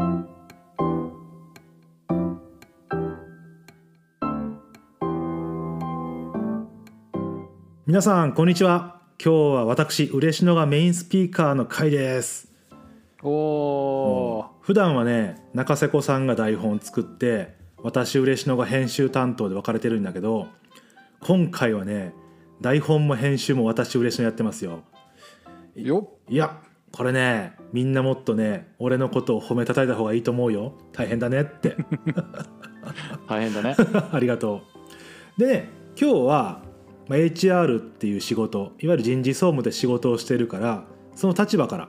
皆さんこんにちは。今日は私嬉野がメインスピーカーの回です。普段はね中瀬子さんが台本を作って私嬉野が編集担当で分かれてるんだけど、今回はね台本も編集も私嬉野やってますよ。いやこれねみんなもっとね俺のことを褒めたたいた方がいいと思うよ。大変だねって大変だねありがとう。でね今日はHR っていう仕事、いわゆる人事総務で仕事をしているから、その立場から、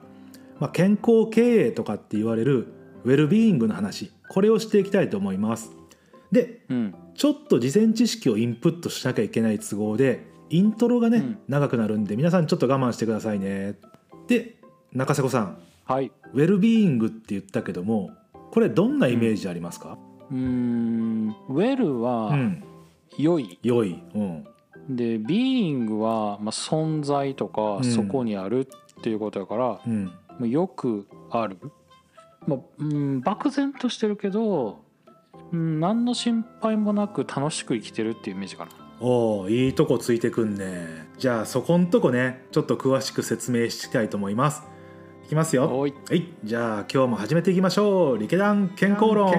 健康経営とかって言われるウェルビーイングの話、これをしていきたいと思います。で、ちょっと事前知識をインプットしなきゃいけない都合でイントロがね、長くなるんで皆さんちょっと我慢してくださいね。で、中瀬子さん、 はい、 ウェルビーイングって言ったけども、これどんなイメージありますか？ ウェルは良い、でビーイングは存在とかそこにあるっていうことだから、よくある、漠然としてるけど、何の心配もなく楽しく生きてるっていうイメージかな。 おー、いいとこついてくんね。じゃあそこんとこねちょっと詳しく説明したいと思います。いきますよ。はい、じゃあ今日も始めていきましょう。リケダン健康論。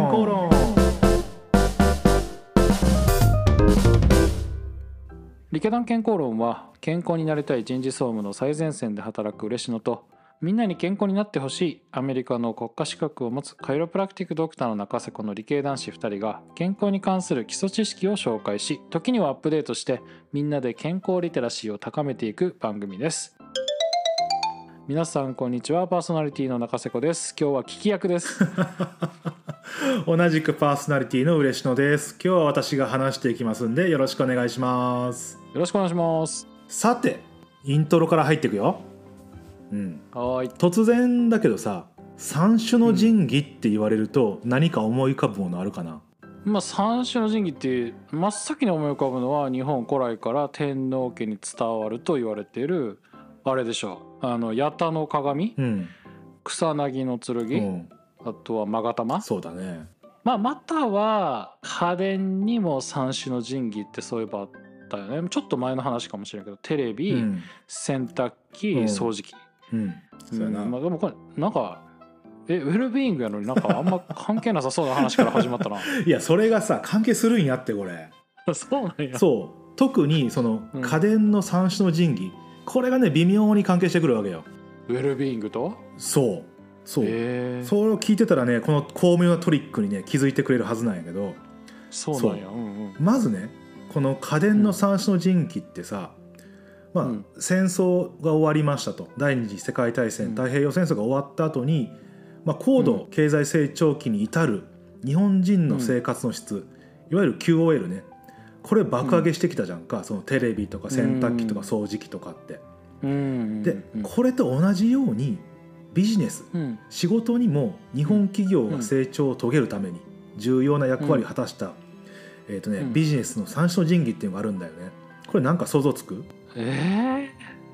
リケダン健康論は健康になりたい人事総務の最前線で働く嬉野とみんなに健康になってほしいアメリカの国家資格を持つカイロプラクティックドクターの中瀬子の理系男子2人が健康に関する基礎知識を紹介し、時にはアップデートしてみんなで健康リテラシーを高めていく番組です。皆さんこんにちは。パーソナリティの中瀬子です。今日は聞き役です同じくパーソナリティの嬉野です。今日は私が話していきますんでよろしくお願いします。 よろしくお願いします。 さてイントロから入っていくよ。 はい。 突然だけどさ、三種の神器って言われると何か思い浮かぶものあるかな？ 三種の神器って真っ先に思い浮かぶのは日本古来から天皇家に伝わると言われているあれでしょう。八田の鏡、草薙の剣、あとは勾玉。 そうだね。 または家電にも三種の神器ってそういえばあったよね。ちょっと前の話かもしれないけど、テレビ、洗濯機、掃除機。 そうやな。 でもこれなんかウェルビーイングやのになんかあんま関係なさそうな話から始まったな。 いやそれがさ関係するんやってこれ。 そうなんや。 そう、特にその家電の三種の神器、これがね微妙に関係してくるわけよ。 ウェルビーイングと？ そう。それを聞いてたらねこの巧妙なトリックにね気づいてくれるはずなんやけど。 そうなんや。 まずねこの家電の三種の神器ってさ、戦争が終わりましたと、第二次世界大戦、太平洋戦争が終わった後に、高度経済成長期に至る日本人の生活の質、いわゆる QOL ね、これ爆上げしてきたじゃんか、そのテレビとか洗濯機とか掃除機とかって。でこれと同じようにビジネス、仕事にも日本企業が成長を遂げるために重要な役割を果たした、ビジネスの三種の神器っていうのがあるんだよね。これなんか想像つく？ ファ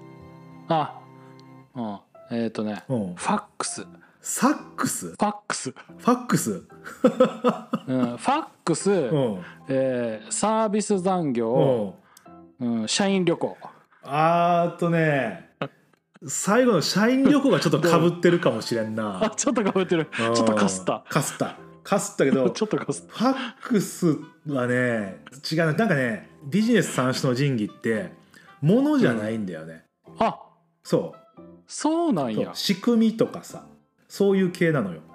ックス。 サックス？ ファックス。 ファックス？ ファックス、サービス残業、社員旅行。 最後の社員旅行がちょっとかぶってるかもしれんな。 ちょっとかぶってる。ちょっとかすったけどちょっとかすった。ファックスはね違う。なんかねビジネス三種の神器ってものじゃないんだよね。 そうなんや。 仕組みとかさそういう系なのよ。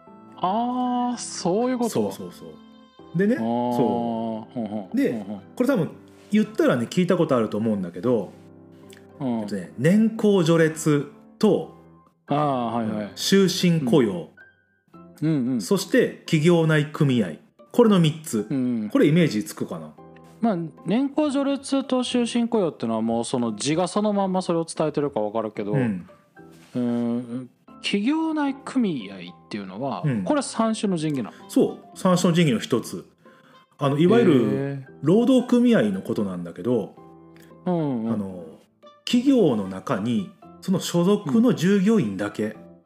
そういうこと。 そうでね、でこれ多分言ったらね聞いたことあると思うんだけど、年功序列と終身雇用、そして企業内組合、これの3つ、これイメージつくかな？ 年功序列と終身雇用っていうのはもうその字がそのまんまそれを伝えてるか分かるけど、企業内組合っていうのは、これ三種の神器なの？ そう、三種の神器の一つ。いわゆる労働組合のことなんだけど、企業の中にその所属の従業員だけ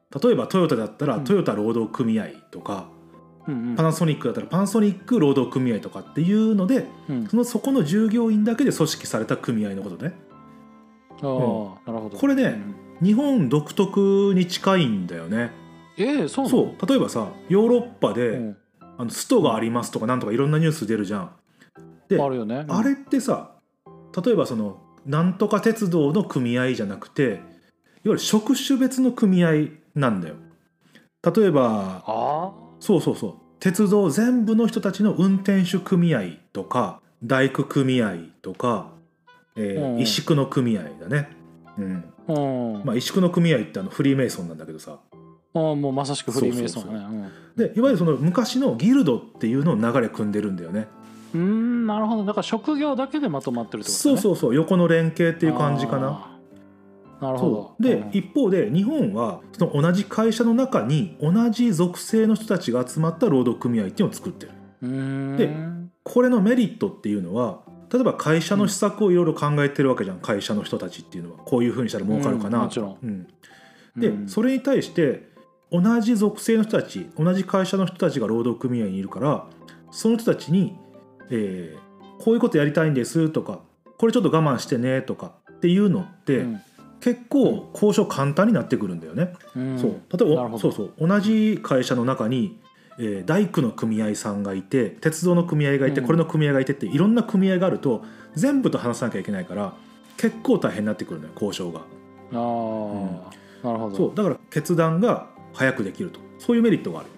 例えばトヨタだったらトヨタ労働組合とか、パナソニックだったらパナソニック労働組合とかっていうので、そこの従業員だけで組織された組合のことね。 なるほど。 これね、日本独特に近いんだよね。 そうなの？ そう、例えばさヨーロッパで、ストがありますとかなんとかいろんなニュース出るじゃん。で、 あるよね。 あれってさ、例えばそのなんとか鉄道の組合じゃなくて、いわゆる職種別の組合なんだよ。例えばそう鉄道全部の人たちの運転手組合とか大工組合とか、石工の組合だね。まあ石工の組合ってフリーメイソンなんだけどさ。 もうまさしくフリーメイソンだね。 でいわゆるその昔のギルドっていうのを流れ組んでるんだよね。 なるほど。だから職業だけでまとまってるってことね。 そう横の連携っていう感じかな。 なるほど。 で、一方で日本はその同じ会社の中に同じ属性の人たちが集まった労働組合っていうのを作ってる。でこれのメリットっていうのは、例えば会社の施策をいろいろ考えてるわけじゃん、会社の人たちっていうのは。こういうふうにしたら儲かるかなとか。でそれに対して同じ属性の人たち、同じ会社の人たちが労働組合にいるから、その人たちに、こういうことやりたいんですとか、これちょっと我慢してねとかっていうのって、結構交渉簡単になってくるんだよね。そう例えば同じ会社の中に、大工の組合さんがいて、鉄道の組合がいて、これの組合がいてっていろんな組合があると全部と話さなきゃいけないから結構大変になってくるのよ、交渉が。 なるほど。 そうだから決断が早くできると、そういうメリットがある。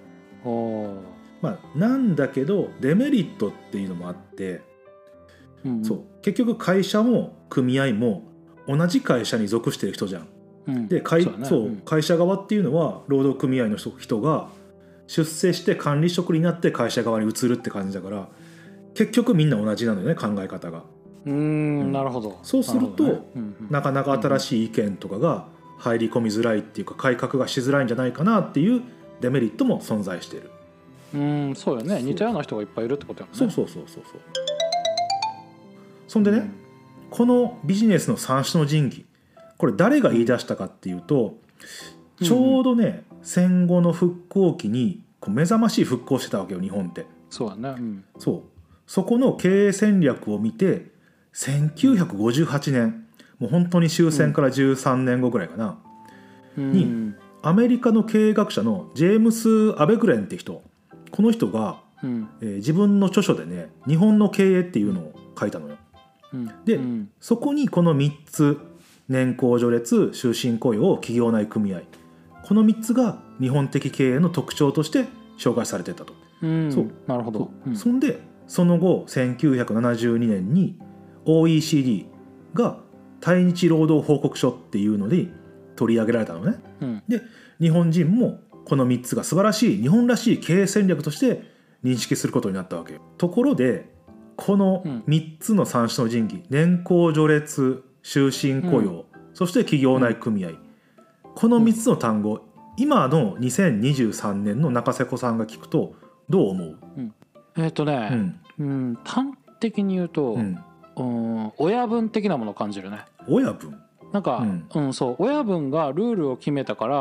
なんだけどデメリットっていうのもあって、そう結局会社も組合も同じ会社に属してる人じゃん。で会社側っていうのは労働組合の人が出世して管理職になって会社側に移るって感じだから、結局みんな同じなのよね、考え方が。 なるほど。 そうするとなかなか新しい意見とかが入り込みづらいっていうか、改革がしづらいんじゃないかなっていうデメリットも存在している。 そうよね。似たような人がいっぱいいるってことやもんね。 そうそんでね、このビジネスの三種の神器、これ誰が言い出したかっていうと、ちょうどね、戦後の復興期に目覚ましい復興してたわけよ、日本って。 そうだね。 そこの経営戦略を見て1958年、もう本当に終戦から13年後ぐらいかな、にアメリカの経営学者のジェームス・アベグレンって人、この人が、自分の著書でね、日本の経営っていうのを書いたのよ。で、そこにこの3つ、年功序列、終身雇用、企業内組合、この3つが日本的経営の特徴として紹介されてたと。 なるほど。 そんでその後1972年に OECD が対日労働報告書っていうので取り上げられたのね。で日本人もこの3つが素晴らしい日本らしい経営戦略として認識することになったわけよ。ところでこの3つの三種の神器、年功序列、終身雇用、そして企業内組合、この3つの単語、今の2023年の中瀬子さんが聞くとどう思う？ 端的に言うと、親分的なものを感じるね。 親分？ なんか、そう親分がルールを決めたから、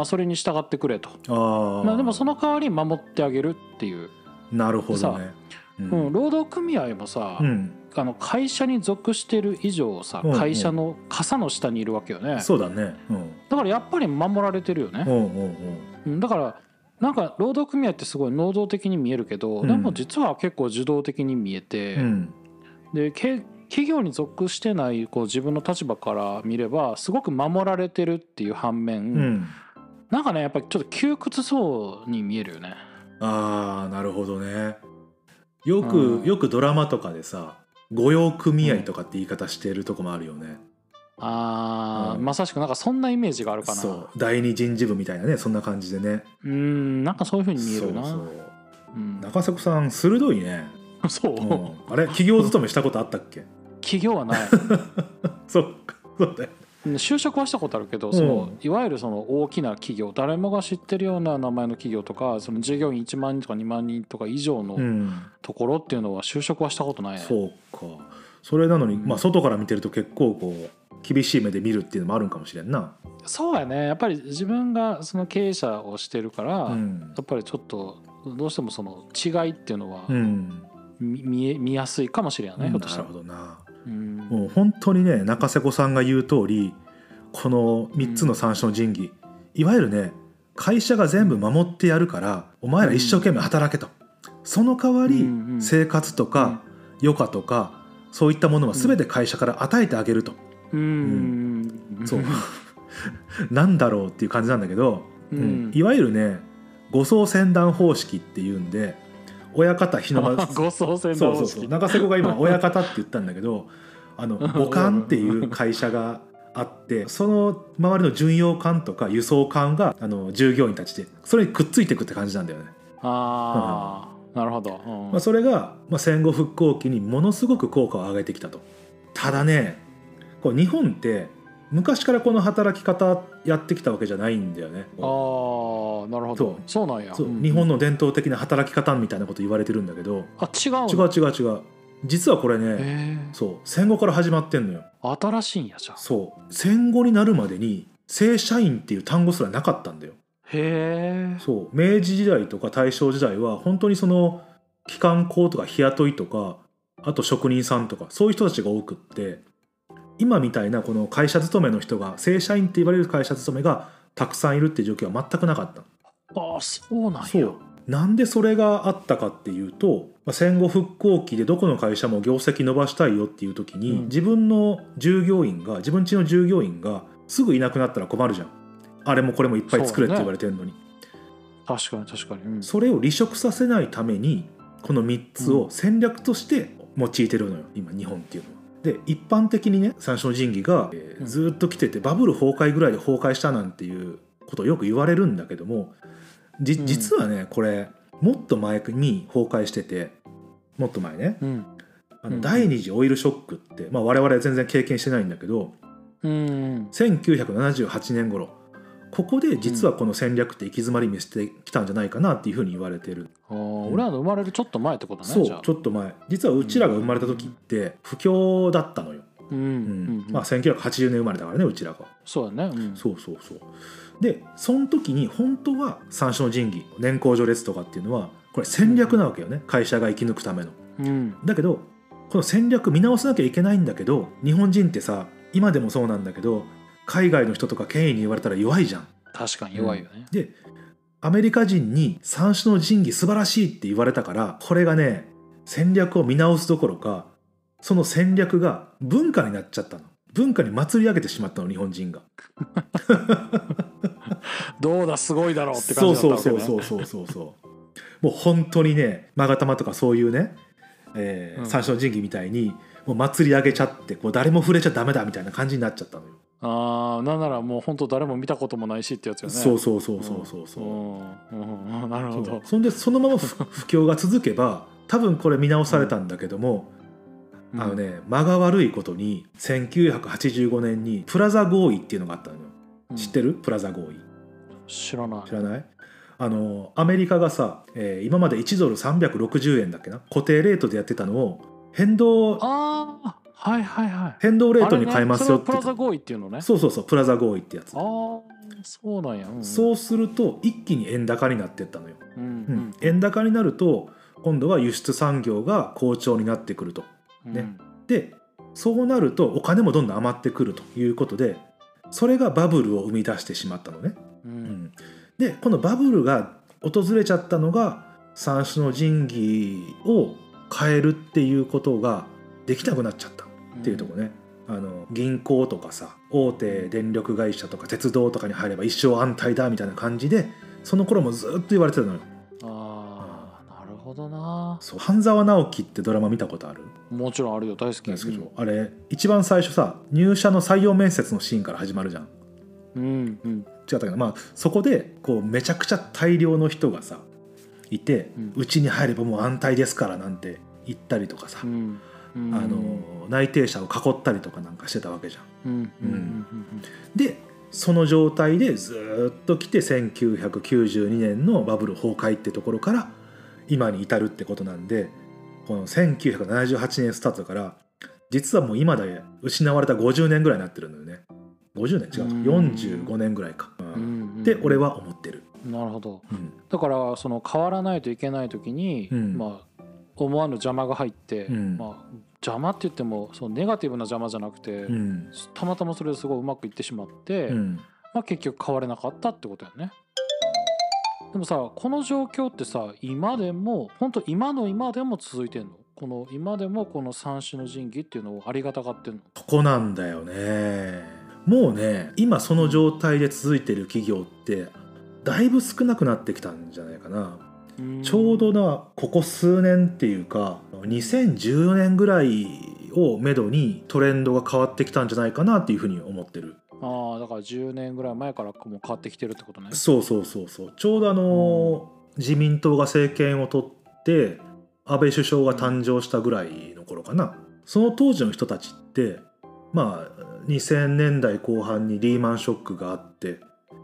それに従ってくれと。でもその代わり守ってあげるっていう。 なるほどね。 労働組合もさ、会社に属してる以上さ、会社の傘の下にいるわけよね。 そうだね。 だからやっぱり守られてるよね。だからなんか労働組合ってすごい能動的に見えるけど、でも実は結構受動的に見えて、で企業に属してない自分の立場から見ればすごく守られてるっていう反面、なんかねやっぱりちょっと窮屈そうに見えるよね。 なるほどね。よくドラマとかでさ、御用組合とかって言い方してるとこもあるよね。 まさしくなんかそんなイメージがあるかな。 そう第二人事部みたいなね、そんな感じでね。 なんかそういう風に見えるな。 中迫さん鋭いね。 そう、 あれ企業勤めしたことあったっけ？ 企業はないそうだよ。 就職はしたことあるけど、いわゆるその大きな企業、誰もが知ってるような名前の企業とか、その従業員1万人とか2万人とか以上のところっていうのは就職はしたことないね。 そうか。それなのに、外から見てると結構厳しい目で見るっていうのもあるんかもしれんな。 そうやね、やっぱり自分がその経営者をしてるから、やっぱりちょっとどうしてもその違いっていうのは見やすいかもしれないね、ひょっとしたら。 なるほどな。もう本当にね、中瀬子さんが言う通り、この3つの三種の神器、いわゆるね、会社が全部守ってやるからお前ら一生懸命働けと、その代わり生活とか余暇とかそういったものは全て会社から与えてあげると、そうなんだろうっていう感じなんだけど、いわゆるね、護送船団方式っていうんで、親方日の丸護送船団方式、 そう中瀬子が今親方って言ったんだけど、母艦っていう会社があって、その周りの巡洋艦とか輸送艦が従業員たちでそれにくっついていくって感じなんだよね。 なるほど、 それが、戦後復興期にものすごく効果を上げてきたと。ただね、こう日本って昔からこの働き方やってきたわけじゃないんだよね。 なるほど、そうなんや。 日本の伝統的な働き方みたいなこと言われてるんだけど、 違う実はこれね、そう戦後から始まってんのよ。 新しいんや。じゃあそう戦後になるまでに正社員っていう単語すらなかったんだよ。そう明治時代とか大正時代は本当にその機関工とか日雇いとか、あと職人さんとかそういう人たちが多くって、今みたいなこの会社勤めの人が、正社員って言われる会社勤めがたくさんいるっていう状況は全くなかった。 そうなんや。 そうなんでそれがあったかっていうと、戦後復興期でどこの会社も業績伸ばしたいよっていう時に、自分の従業員が、自分家の従業員がすぐいなくなったら困るじゃん。あれもこれもいっぱい作れって言われてるのに、 確かに、 それを離職させないためにこの3つを戦略として用いてるのよ、今日本っていうのは。で一般的にね、三種の神器が、ずっと来ててバブル崩壊ぐらいで崩壊したなんていうことをよく言われるんだけども、実はねこれもっと前に崩壊してて、もっと前ね、第二次オイルショックって、我々は全然経験してないんだけど、1978年頃、ここで実はこの戦略って行き詰まり見せてきたんじゃないかなっていうふうに言われてる。 俺らの生まれるちょっと前ってことね。 そうちょっと前。実はうちらが生まれた時って不況だったのよ。1980年生まれだからね、うちらが。 そうだね、 そうでその時に本当は三種の神器、年功序列とかっていうのはこれ戦略なわけよね、会社が生き抜くための。だけどこの戦略見直さなきゃいけないんだけど、日本人ってさ、今でもそうなんだけど、海外の人とか権威に言われたら弱いじゃん。 確かに弱いよね。 でアメリカ人に三種の神器素晴らしいって言われたから、これがね、戦略を見直すどころか、その戦略が文化になっちゃったの。文化に祭り上げてしまったの、日本人が。 どうだすごいだろうって感じだったわけね。 そうもう本当にね、勾玉とかそういうね、三種の神器みたいにもう祭り上げちゃって、こう誰も触れちゃダメだみたいな感じになっちゃったのよ。 なんならもう本当誰も見たこともないしってやつよね。 そうなるほど。 そんでそのまま不況が続けば多分これ見直されたんだけども、間が悪いことに1985年にプラザ合意っていうのがあったのよ。知ってる？プラザ合意。知らない？アメリカがさ、今まで1ドル360円だっけな、固定レートでやってたのを変動変動レートに変えますよって。 プラザ合意っていうのね。 そうプラザ合意ってやつ。 そうなんや。 そうすると一気に円高になってったのよ。円高になると今度は輸出産業が好調になってくると、でそうなるとお金もどんどん余ってくるということで、それがバブルを生み出してしまったのね。でこのバブルが訪れちゃったのが、三種の神器を変えるっていうことができなくなっちゃったっていうところね。銀行とかさ、大手電力会社とか鉄道とかに入れば一生安泰だみたいな感じで、その頃もずっと言われてたのよ。 なるほどな。 そう、半沢直樹ってドラマ見たことある？ もちろんあるよ、大好き。 あれ一番最初さ、入社の採用面接のシーンから始まるじゃん。違ったけど、そこでこうめちゃくちゃ大量の人がさいて、うちに入ればもう安泰ですからなんて言ったりとかさ、内定者を囲ったりとかなんかしてたわけじゃん。でその状態でずっと来て1992年のバブル崩壊ってところから今に至るってことなんで、この1978年スタートだから実はもう今で失われた50年ぐらいになってるのよね。50年違うか、45年ぐらいか、って俺は思ってる。 なるほど、だからその変わらないといけない時に、まあ思わぬ邪魔が入って、まあ邪魔って言ってもそのネガティブな邪魔じゃなくて、たまたまそれですごいうまくいってしまって、まあ、結局変われなかったってことやね。でもさ、この状況ってさ、今でも本当今でも続いてんの？この今でもこの三種の神器っていうのをありがたがってんの？ ここなんだよね。もうね、今その状態で続いてる企業ってだいぶ少なくなってきたんじゃないかな。ちょうどここ数年っていうか2014年ぐらいをめどにトレンドが変わってきたんじゃないかなっていうふうに思ってる。 ああ、だから10年ぐらい前からもう変わってきてるってことね。 そうちょうど自民党が政権を取って安倍首相が誕生したぐらいの頃かな。その当時の人たちってまあ2000年代後半にリーマンショックがあって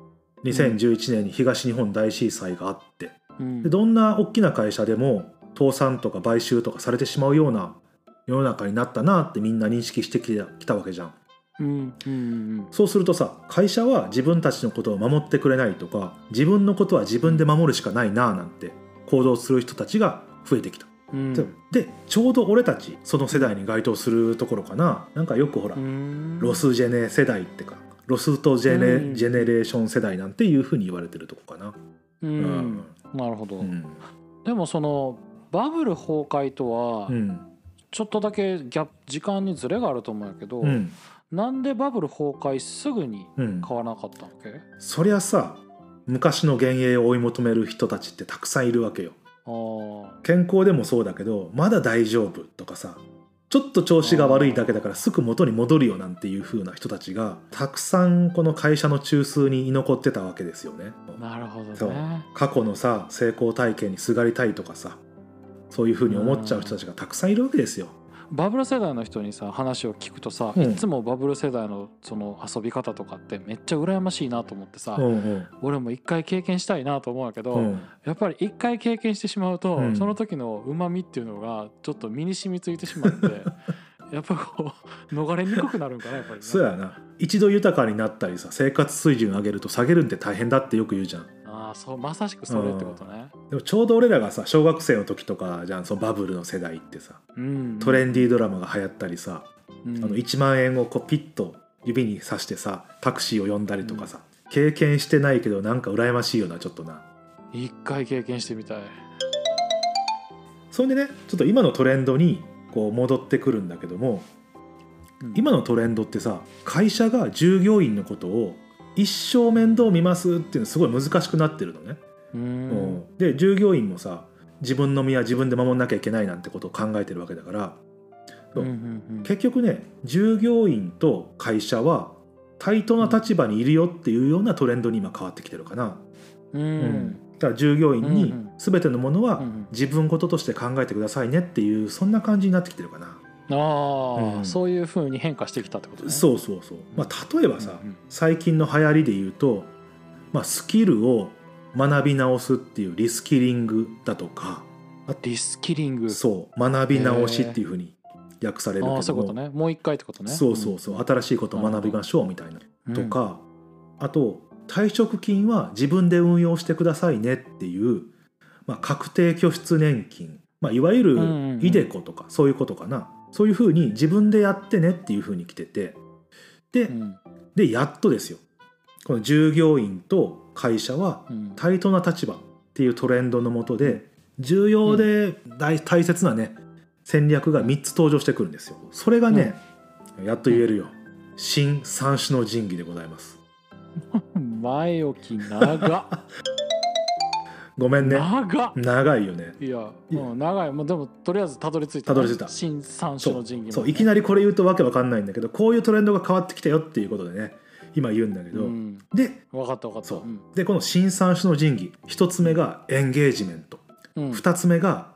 2011年に東日本大震災があって、でどんな大きな会社でも倒産とか買収とかされてしまうような世の中になったなってみんな認識してきたわけじゃん。そうするとさ、会社は自分たちのことを守ってくれないとか自分のことは自分で守るしかないななんて行動する人たちが増えてきた。でちょうど俺たちその世代に該当するところかな。なんかよくほらロスジェネ世代ってかロスとジェネレーション世代なんていう風に言われてるとこかな。 なるほど、でもそのバブル崩壊とはちょっとだけ時間にズレがあると思うんやけど、なんでバブル崩壊すぐに変わらなかったわけ？ そりゃさ、昔の幻影を追い求める人たちってたくさんいるわけよ。健康でもそうだけどまだ大丈夫とかさ、ちょっと調子が悪いだけだからすぐ元に戻るよなんていう風な人たちがたくさんこの会社の中枢に居残ってたわけですよね。 なるほどね。 そう、過去のさ成功体験にすがりたいとかさ、そういう風に思っちゃう人たちがたくさんいるわけですよ。 バブル世代の人にさ話を聞くとさ、いつもバブル世代のその遊び方とかってめっちゃ羨ましいなと思ってさ、俺も一回経験したいなと思うんやけど、やっぱり一回経験してしまうと、その時のうまみっていうのがちょっと身に染みついてしまってやっぱこう逃れにくくなるんかな、やっぱり、ね、 そうやな。一度豊かになったりさ生活水準上げると下げるんって大変だってよく言うじゃん。 そう、まさしくそれってことね。 でもちょうど俺らがさ小学生の時とかじゃん、そのバブルの世代ってさ、トレンディードラマが流行ったりさ、1万円をこうピッと指に刺してさタクシーを呼んだりとかさ、経験してないけどなんか羨ましいよな、ちょっとな。 一回経験してみたい。 それでね、ちょっと今のトレンドにこう戻ってくるんだけども、今のトレンドってさ、会社が従業員のことを一生面倒見ますっていうのすごい難しくなってるのね。で従業員もさ自分の身は自分で守んなきゃいけないなんてことを考えてるわけだから、結局ね従業員と会社は対等な立場にいるよっていうようなトレンドに今変わってきてるかな。だから従業員に全てのものは自分事として考えてくださいねっていう、そんな感じになってきてるかな。 そういう風に変化してきたってことね。 そう、まあ、例えばさ、最近の流行りで言うと、まあ、スキルを学び直すっていうリスキリングだとか、 リスキリング、 そう学び直しっていう風に訳されるけども、 そういうことね、もう一回ってことね。 そう、新しいことを学びましょうみたいな、とか、あと退職金は自分で運用してくださいねっていう、まあ、確定拠出年金、まあ、いわゆるイデコとかそういうことかな。そういうふうに自分でやってねっていうふうに来てて、でやっとですよ、この従業員と会社は対等な立場っていうトレンドの下で重要で大切なね戦略が3つ登場してくるんですよ。それがね、やっと言えるよ、新三種の神器でございます。 前置き長っごめんね、 長いよね。 いや、長い。もうでもとりあえずたどり着いた、新三種の神器、ね、 そういきなりこれ言うとわけわかんないんだけど、こういうトレンドが変わってきたよっていうことでね今言うんだけど、で分かった、 そう、でこの新三種の神器、1つ目がエンゲージメント、2つ目が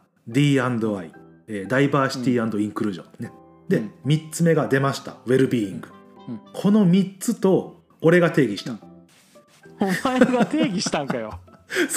D&I、ダイバーシティ&インクルージョンね。で、3つ目が出ました、ウェルビーイング。この3つと俺が定義した。 お前が定義したんかよ。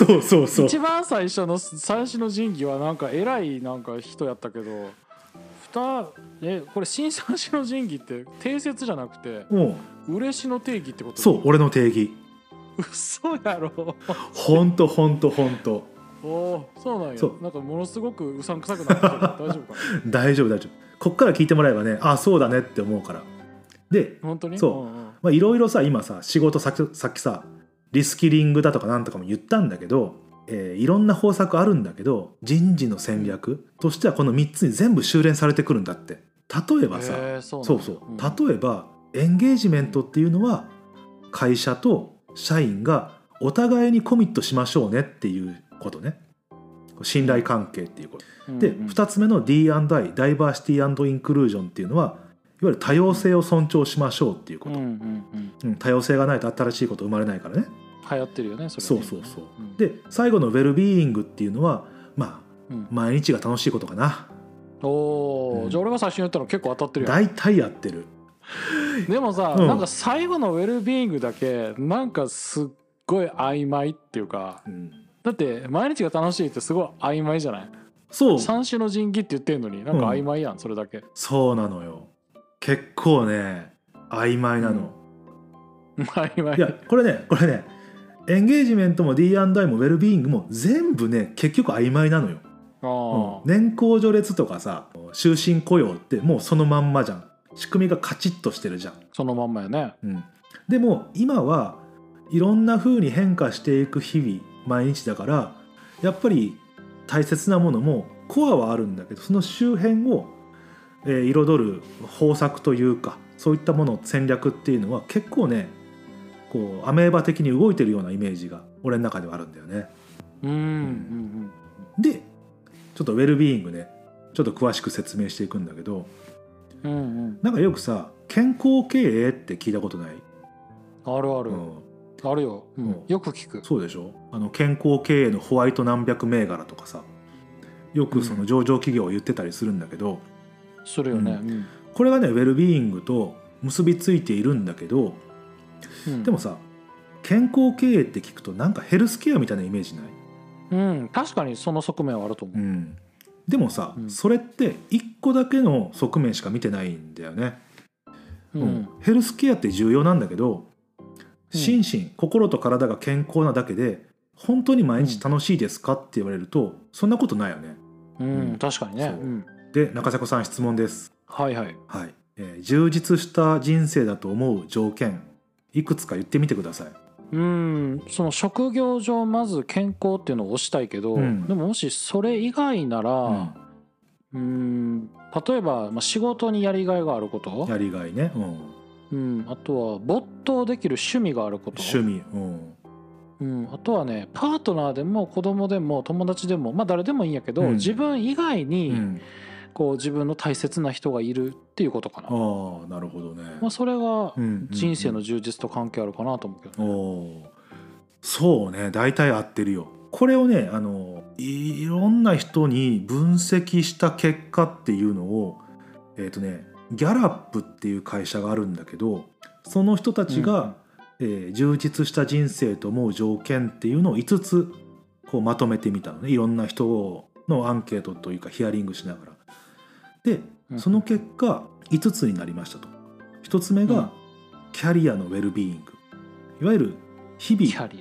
そう一番最初の三種の神器はなんか偉いなんか人やったけど、 これ新三種の神器って定説じゃなくて嬉の定義ってこと？ そう、俺の定義。 嘘やろ。 ほんとおお、そうなんや。なんかものすごくうさんくさくなってる。大丈夫かな？ 大丈夫。こっから聞いてもらえばね、あ、そうだねって思うから。で、 本当にそう、まあいろいろさ、今さ、仕事さっきさリスキリングだとかなんとかも言ったんだけど、いろんな方策あるんだけど、人事の戦略としてはこの3つに全部修練されてくるんだって。例えばさ、例えばエンゲージメントっていうのは会社と社員がお互いにコミットしましょうねっていうことね。信頼関係っていうこと、で2つ目の D&I ダイバーシティ&インクルージョンっていうのはいわゆる多様性を尊重しましょうっていうこと、多様性がないと新しいこと生まれないからね。 流行ってるよね、それね。 そう、で最後のウェルビーイングっていうのはまあ、毎日が楽しいことかな。 おお、じゃあ俺が最初に言ったの結構当たってるよ。 大体やってる。 でもさ、なんか最後のウェルビーイングだけなんかすっごい曖昧っていうか、だって毎日が楽しいってすごい曖昧じゃない？そう、三種の神器って言ってんのになんか曖昧やん、それだけ。 そうなのよ、結構ね曖昧なの、 曖昧。 いやこれねエンゲージメントも D&I もウェルビーイングも全部ね結局曖昧なのよ。年功序列とかさ終身雇用ってもうそのまんまじゃん。仕組みがカチッとしてるじゃん。 そのまんまやね、 でも今はいろんな風に変化していく日々毎日だから、やっぱり大切なものもコアはあるんだけど、その周辺を、彩る方策というかそういったもの戦略っていうのは結構ねこうアメーバ的に動いてるようなイメージが俺の中ではあるんだよね。でちょっとウェルビーイングねちょっと詳しく説明していくんだけど、なんかよくさ健康経営って聞いたことない？ あるある、あるよ、よく聞く。 そうでしょ。健康経営のホワイト何百銘柄とかさよくその上場企業を言ってたりするんだけど、 するよね、 これがねウェルビーイングと結びついているんだけど、でもさ健康経営って聞くとなんかヘルスケアみたいなイメージない？ 確かにその側面はあると思う、 でもさ、それって一個だけの側面しか見てないんだよね、ヘルスケアって重要なんだけど、心身心と体が健康なだけで本当に毎日楽しいですかって言われるとそんなことないよね。 確かにね。 で中迫さん質問です。 はい、 充実した人生だと思う条件いくつか言ってみてください。 その職業上まず健康っていうのを推したいけど、でももしそれ以外なら、例えば、仕事にやりがいがあること、 やりがいね、 あとは没頭できる趣味があること、あとはねパートナーでも子供でも友達でも誰でもいいんやけど、自分以外に、こう自分の大切な人がいるっていうことかな。 なるほどね。 それが人生の充実と関係あるかなと思うけどね。 そうね、大体合ってるよ。これをねいろんな人に分析した結果っていうのをギャラップっていう会社があるんだけど、その人たちが、充実した人生と思う条件っていうのを5つこうまとめてみたのね。いろんな人のアンケートというかヒアリングしながら。でその結果5つになりましたと。1つ目が、キャリアのウェルビーイング、いわゆる日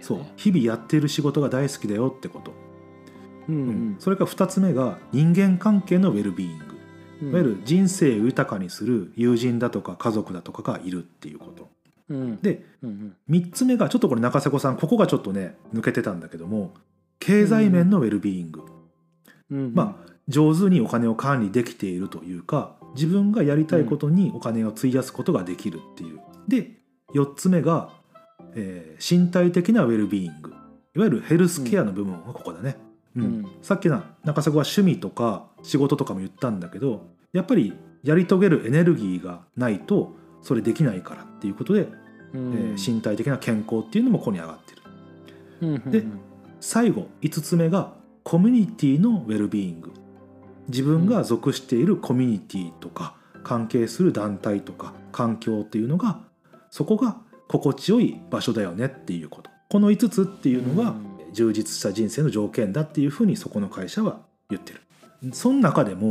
々やっている仕事が大好きだよってこと、それから2つ目が人間関係のウェルビーイング、いわゆる人生を豊かにする友人だとか家族だとかがいるっていうこと、で、3つ目がちょっとこれ中瀬子さんここがちょっとね抜けてたんだけども、経済面のウェルビーイング、上手にお金を管理できているというか、自分がやりたいことにお金を費やすことができるっていう。で4つ目が、身体的なウェルビーイング、いわゆるヘルスケアの部分がここだね、さっき中迫は趣味とか仕事とかも言ったんだけど、やっぱりやり遂げるエネルギーがないとそれできないからっていうことで、身体的な健康っていうのもここに上がってる、で最後5つ目がコミュニティのウェルビーイング、自分が属しているコミュニティとか関係する団体とか環境っていうのが、そこが心地よい場所だよねっていうこと。この5つっていうのが充実した人生の条件だっていうふうにそこの会社は言ってる。その中でも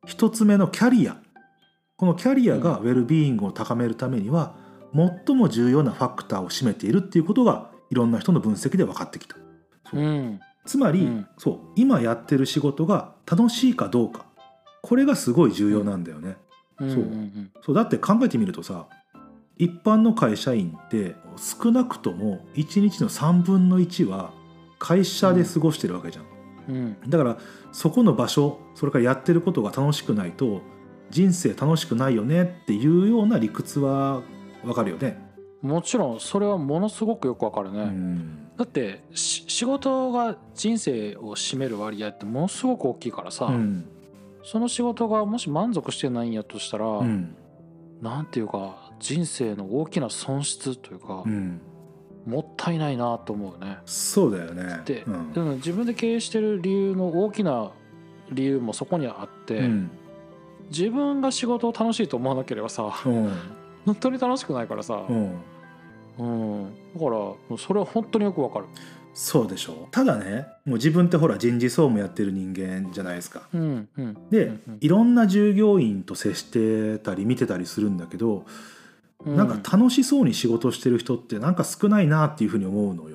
一つ目のキャリア。このキャリアがウェルビーイングを高めるためには最も重要なファクターを占めているっていうことがいろんな人の分析で分かってきた。つまり、そう今やってる仕事が楽しいかどうか、これがすごい重要なんだよね。そうだって考えてみるとさ、一般の会社員って少なくとも1日の3分の1は会社で過ごしてるわけじゃん。だからそこの場所、それからやってることが楽しくないと人生楽しくないよねっていうような理屈はわかるよね。 もちろんそれはものすごくよくわかるね。だって仕事が人生を占める割合ってものすごく大きいからさ、その仕事がもし満足してないんやとしたら、なんていうか人生の大きな損失というか、もったいないなと思うね。 そうだよね。 で、自分で経営してる理由の大きな理由もそこにあって、自分が仕事を楽しいと思わなければさ、本当に楽しくないからさ、だからそれは本当によくわかる。 そうでしょう。ただね、もう自分ってほら人事総務やってる人間じゃないですか。で、いろんな従業員と接してたり見てたりするんだけど、なんか楽しそうに仕事してる人ってなんか少ないなっていうふうに思うのよ。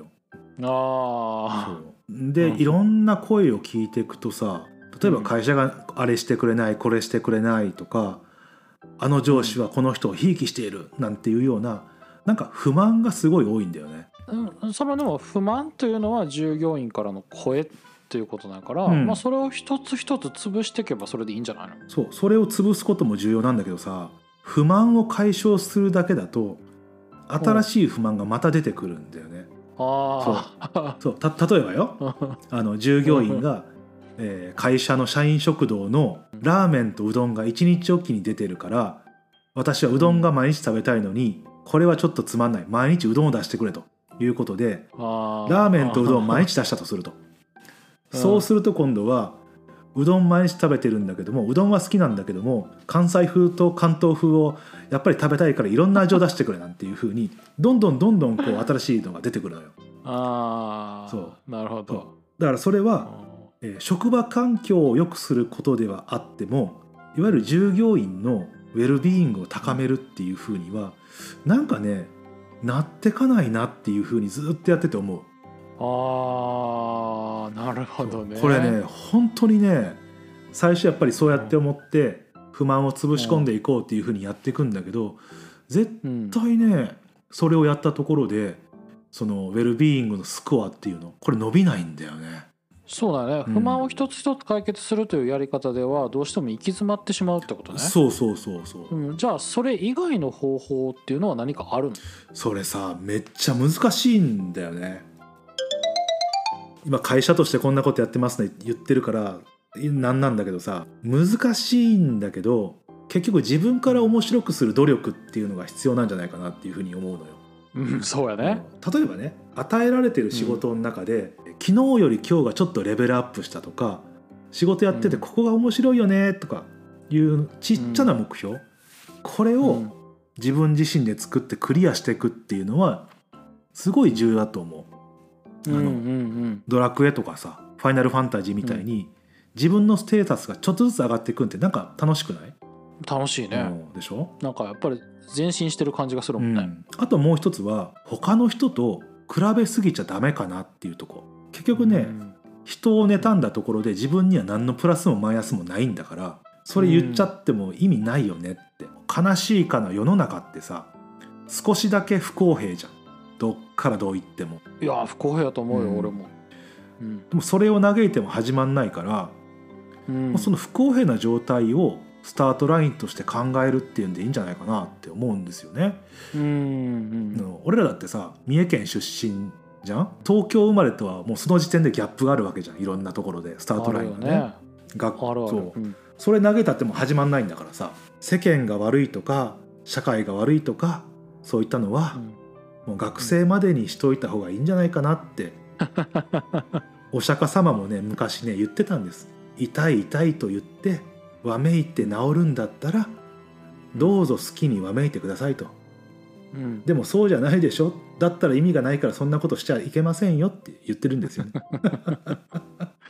で、いろんな声を聞いていくとさ、例えば会社があれしてくれない、これしてくれないとか、あの上司はこの人をひいきしているなんていうような、なんか不満がすごい多いんだよね。 そのでも不満というのは従業員からの声っていうことだから、それを一つ一つ潰していけばそれでいいんじゃないの？ それを潰すことも重要なんだけどさ、不満を解消するだけだと新しい不満がまた出てくるんだよね。例えばよ従業員が、会社の社員食堂のラーメンとうどんが1日おきに出てるから、私はうどんが毎日食べたいのにこれはちょっとつまんない、毎日うどんを出してくれということでラーメンとうどんを毎日出したとすると、そうすると今度はうどん毎日食べてるんだけども、うどんは好きなんだけども関西風と関東風をやっぱり食べたいからいろんな味を出してくれなんていう風にどんどんこう新しいのが出てくるのよ。 なるほど。 だからそれは、職場環境を良くすることではあっても、いわゆる従業員のウェルビーイングを高めるっていう風にはなんかねなってかないなっていう風にずっとやってて思う。 なるほどね。 これね本当にね、最初やっぱりそうやって思って不満を潰し込んでいこうっていう風にやっていくんだけど、絶対ねそれをやったところでそのウェルビーイングのスコアっていうのこれ伸びないんだよね。 そうだね、不満を一つ一つ解決するというやり方ではどうしても行き詰まってしまうってことね。 そう、 じゃあそれ以外の方法っていうのは何かあるの？ それさめっちゃ難しいんだよね。今会社としてこんなことやってますね言ってるからなんだけどさ、難しいんだけど結局自分から面白くする努力っていうのが必要なんじゃないかなっていうふうに思うのよ。 そうやね。 例えばね、与えられてる仕事の中で、昨日より今日がちょっとレベルアップしたとか、仕事やっててここが面白いよねとかいうちっちゃな目標、これを自分自身で作ってクリアしていくっていうのはすごい重要だと思う。ドラクエとかさ、ファイナルファンタジーみたいに、自分のステータスがちょっとずつ上がっていくんってなんか楽しくない？ 楽しいね。 でしょ？ なんかやっぱり前進してる感じがするもんね。 あともう一つは他の人と比べすぎちゃダメかなっていうとこ。結局ね、人を妬んだところで自分には何のプラスもマイナスもないんだから、それ言っちゃっても意味ないよねって。悲しいかな世の中ってさ、少しだけ不公平じゃん。どっからどう言っても。 いや不公平だと思うよ、俺も。 でもそれを嘆いても始まんないから、その不公平な状態をスタートラインとして考えるっていうんでいいんじゃないかなって思うんですよね。俺らだってさ、三重県出身じゃん。東京生まれとはもうその時点でギャップがあるわけじゃん。いろんなところでスタートラインがね。それ嘆いたっても始まんないんだからさ、世間が悪いとか社会が悪いとかそういったのは、もう学生までにしといた方がいいんじゃないかなってお釈迦様もね昔ね言ってたんです。痛い痛いと言ってわめいて治るんだったらどうぞ好きにわめいてくださいと、でもそうじゃないでしょ、だったら意味がないからそんなことしちゃいけませんよって言ってるんですよね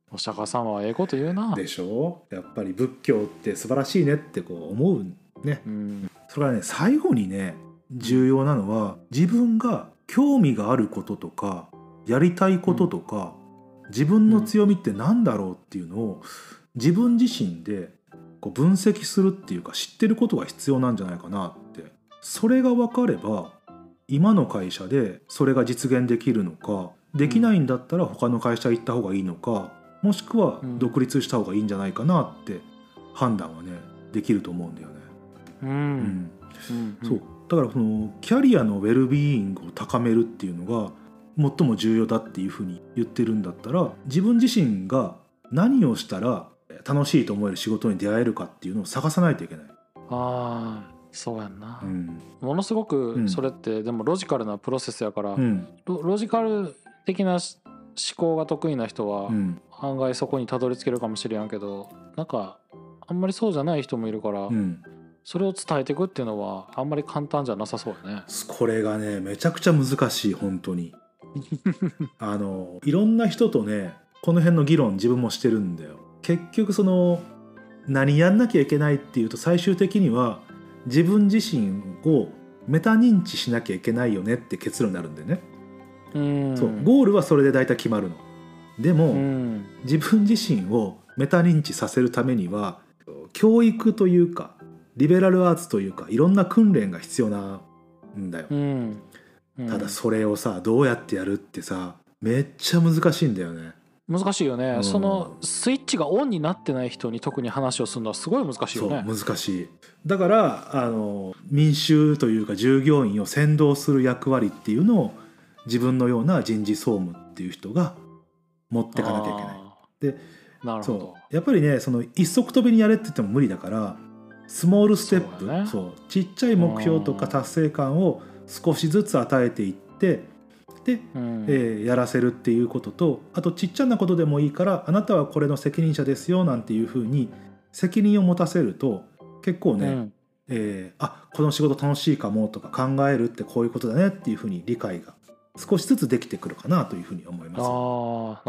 お釈迦様はええこと言うな。 でしょ。やっぱり仏教って素晴らしいねってこう思うね。それからね、最後にね重要なのは、自分が興味があることとかやりたいこととか、自分の強みって何だろうっていうのを自分自身でこう分析するっていうか、知ってることが必要なんじゃないかなって。それが分かれば今の会社でそれが実現できるのか、できないんだったら他の会社行った方がいいのか、もしくは独立した方がいいんじゃないかなって判断はねできると思うんだよね。そうだからそのキャリアのウェルビーイングを高めるっていうのが最も重要だっていうふうに言ってるんだったら、自分自身が何をしたら楽しいと思える仕事に出会えるかっていうのを探さないといけない。 そうやんな、ものすごくそれってでもロジカルなプロセスやから、ロジカル的な思考が得意な人は案外そこにたどり着けるかもしれんけど、なんかあんまりそうじゃない人もいるから、それを伝えていくっていうのはあんまり簡単じゃなさそうやね。 これがねめちゃくちゃ難しい本当にいろんな人とねこの辺の議論自分もしてるんだよ。結局その何やんなきゃいけないっていうと、最終的には自分自身をメタ認知しなきゃいけないよねって結論になるんだよね。そうゴールはそれで大体決まるの。でも自分自身をメタ認知させるためには教育というかリベラルアーツというかいろんな訓練が必要なんだよ。ただそれをさどうやってやるってさめっちゃ難しいんだよね。 難しいよね、そのスイッチがオンになってない人に特に話をするのはすごい難しいよね。 そう難しい。だから民衆というか従業員を先導する役割っていうのを自分のような人事総務っていう人が持ってかなきゃいけない。でなるほど。 やっぱりねその一足飛びにやれって言っても無理だから、スモールステップ、そうちっちゃい目標とか達成感を少しずつ与えていってで、やらせるっていうことと、あとちっちゃなことでもいいからあなたはこれの責任者ですよなんていうふうに責任を持たせると結構ね、この仕事楽しいかもとか考えるってこういうことだねっていうふうに理解が少しずつできてくるかなというふうに思います。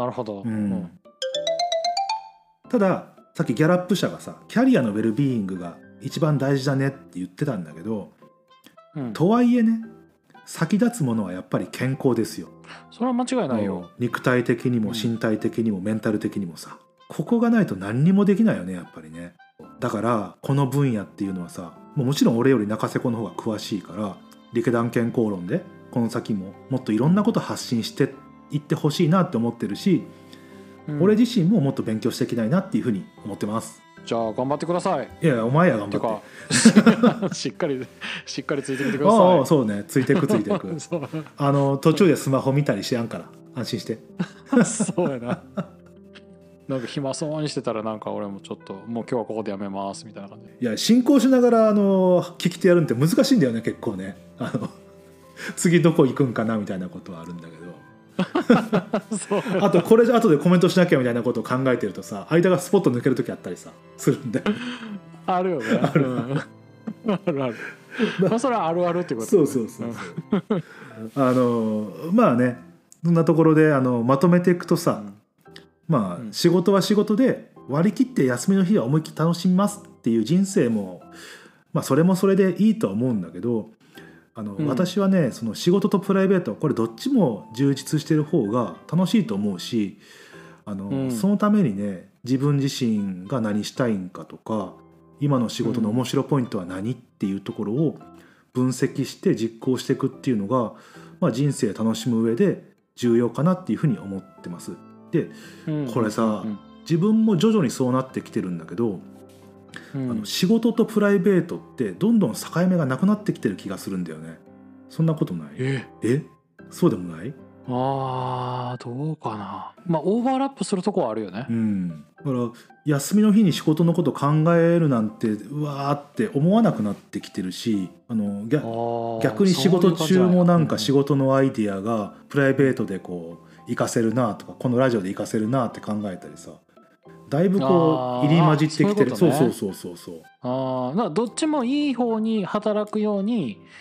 なるほど、 たださっきギャラップ社がさキャリアのウェルビーイングが一番大事だねって言ってたんだけど、とはいえね先立つものはやっぱり健康ですよ。 それは間違いないよ。 肉体的にも身体的にもメンタル的にもさ、ここがないと何にもできないよねやっぱりね。だからこの分野っていうのはさ、もちろん俺より中瀬子の方が詳しいから力団健康論でこの先ももっといろんなこと発信していってほしいなって思ってるし、俺自身ももっと勉強していきたいなっていうふうに思ってます。 じゃあ頑張ってください。 いやお前や頑張ってしっかりついてきてください。 そうね、ついてく途中でスマホ見たりしやんから安心してそうやな。なんか暇そうにしてたらなんか俺もちょっともう今日はここでやめますみたいな感じ。 いや進行しながら聞き手やるんって難しいんだよね結構ね。次どこ行くんかなみたいなことはあるんだけどあとこれ後でコメントしなきゃみたいなことを考えてるとさ、間がスポッと抜ける時あったりさするんだよ。 あるよね。あるまあそれはあるあるってこと、 ね、そうまあねそんなところでまとめていくとさ、まあ仕事は仕事で割り切って休みの日は思いっきり楽しみますっていう人生もまあそれもそれでいいとは思うんだけど、私はねその仕事とプライベートこれどっちも充実してる方が楽しいと思うし、そのためにね自分自身が何したいんかとか今の仕事の面白ポイントは何っていうところを分析して実行していくっていうのが、まあ、人生楽しむ上で重要かなっていうふうに思ってます。でこれさ、自分も徐々にそうなってきてるんだけど、仕事とプライベートってどんどん境目がなくなってきてる気がするんだよね。そんなことない？そうでもない？ どうかな。まあオーバーラップするとこはあるよね。 だから休みの日に仕事のこと考えるなんてうわーって思わなくなってきてるし、逆に仕事中もなんか仕事のアイディアがプライベートでこう活かせるなとかこのラジオで活かせるなって考えたりさ、だいぶこう入り混じってきてる。そう。 だからどっちもいい方に働くように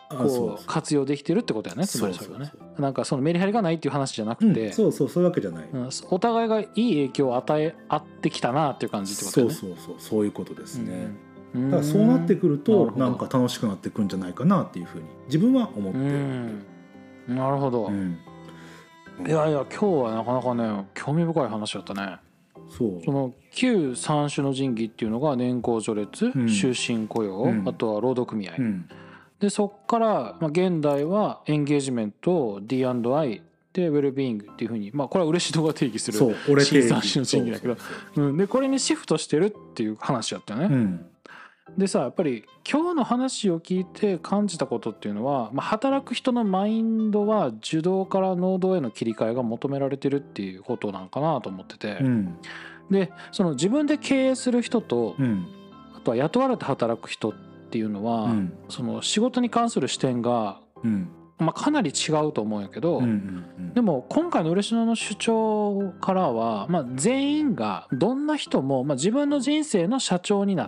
こう活用できてるってことやね。つまりそれはね、なんかそのメリハリがないっていう話じゃなくて、 そういうわけじゃない、 お互いがいい影響を与え合ってきたなっていう感じってことだよね。 そういうことですね。だからそうなってくるとなんか楽しくなってくるんじゃないかなっていうふうに自分は思ってる。 なるほど、いや今日はなかなかね興味深い話だったね。その旧三種の神器っていうのが年功序列、終身雇用、あとは労働組合、でそっから、現代はエンゲージメント D&I でウェルビーイングっていうふうに、これは嬉野が定義する新三種の神器だけど、でこれにシフトしてるっていう話だったよね。でさ、やっぱり今日の話を聞いて感じたことっていうのは、働く人のマインドは受動から能動への切り替えが求められてるっていうことなんかなと思ってて、でその自分で経営する人と、あとは雇われて働く人っていうのは、その仕事に関する視点が、かなり違うと思うんやけど、でも今回の嬉野の主張からは、全員がどんな人も、自分の人生の社長になって、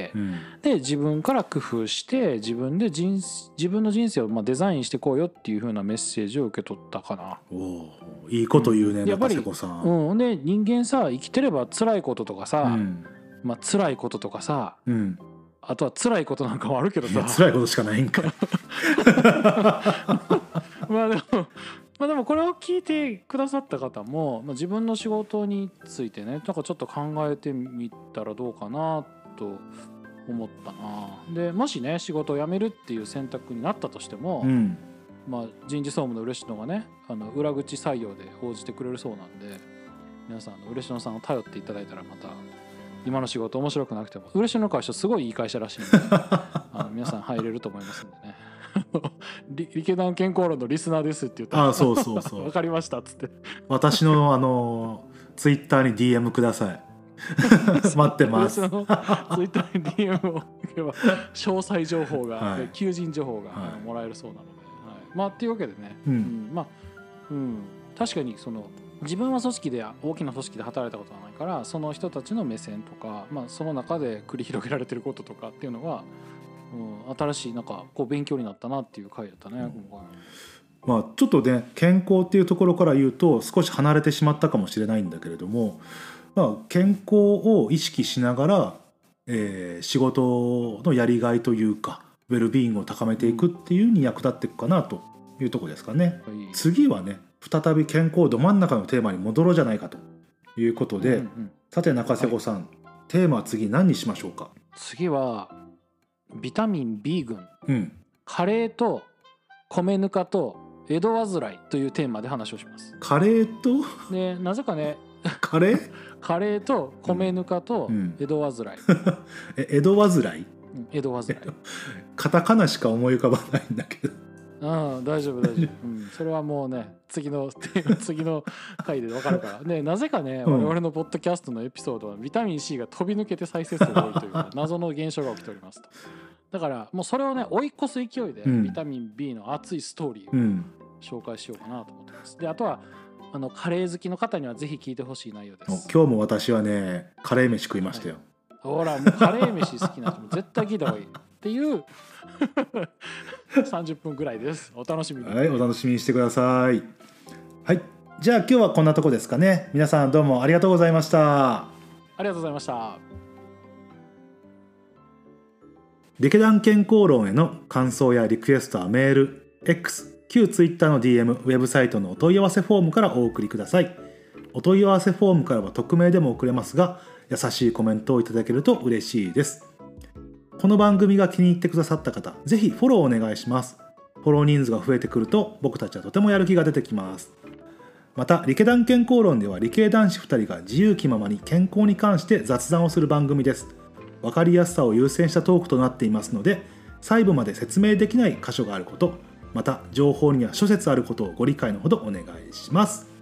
で自分から工夫して自分の人生をデザインしてこうよっていう風なメッセージを受け取ったかな。 いいこと言うね、 やっぱり中瀬さん。 で人間さ、生きてれば辛いこととかさ、辛いこととかさ、あとは辛いことなんかもあるけどさ、 辛いことしかないんかでもこれを聞いてくださった方も、自分の仕事についてね、なんかちょっと考えてみたらどうかなと思ったな。でもしね仕事を辞めるっていう選択になったとしても、人事総務の嬉野がね裏口採用で応じてくれるそうなんで、皆さん嬉野さんを頼っていただいたら、また今の仕事面白くなくても嬉野の会社すごいいい会社らしいんで皆さん入れると思いますんでね理系団健康論のリスナーですって言ったらそう分かりましたっつって私のツイッターに DM ください待ってますツイッターに DM を受けば詳細情報が、求人情報が、もらえるそうなので、っていうわけでね、確かにその自分は大きな組織で働いたことがないから、その人たちの目線とか、その中で繰り広げられてることとかっていうのは、新しいなんかこう勉強になったなっていう回だったね、今回。 ちょっとね健康っていうところから言うと少し離れてしまったかもしれないんだけれども、健康を意識しながら、仕事のやりがいというかウェルビーイングを高めていくっていうに役立っていくかなというところですかね。次はね再び健康ど真ん中のテーマに戻ろうじゃないかということで、さて中瀬子さん、テーマは次何にしましょうか。 次はビタミン B 群、カレーと米ぬかと江戸患いというテーマで話をします。 カレーとでなぜかねカレーカレーと米ぬかと江戸患い、 江戸患い、 江戸患いカタカナしか思い浮かばないんだけど大丈夫、それはもうね次の回で分かるからで、なぜかね、我々のポッドキャストのエピソードはビタミン C が飛び抜けて再生数が多いというか謎の現象が起きておりますと。だからもうそれをね追い越す勢いで、ビタミン B の熱いストーリーを紹介しようかなと思ってます。であとはカレー好きの方にはぜひ聞いてほしい内容です。 今日も私はねカレー飯食いましたよ、 ほらもうカレー飯好きな人も絶対聞いた方がいいっていう30分ぐらいです。お楽しみに。 お楽しみにしてください。じゃあ今日はこんなとこですかね。皆さんどうもありがとうございました。 ありがとうございました。 リケダン健康論への感想やリクエストはメール、X、旧 Twitter の DM、ウェブサイトのお問い合わせフォームからお送りください。お問い合わせフォームからは匿名でも送れますが、優しいコメントをいただけると嬉しいです。この番組が気に入ってくださった方、ぜひフォローお願いします。フォロー人数が増えてくると僕たちはとてもやる気が出てきます。また理系団健康論では理系男子2人が自由気ままに健康に関して雑談をする番組です。分かりやすさを優先したトークとなっていますので、細部まで説明できない箇所があること、また情報には諸説あることをご理解のほどお願いします。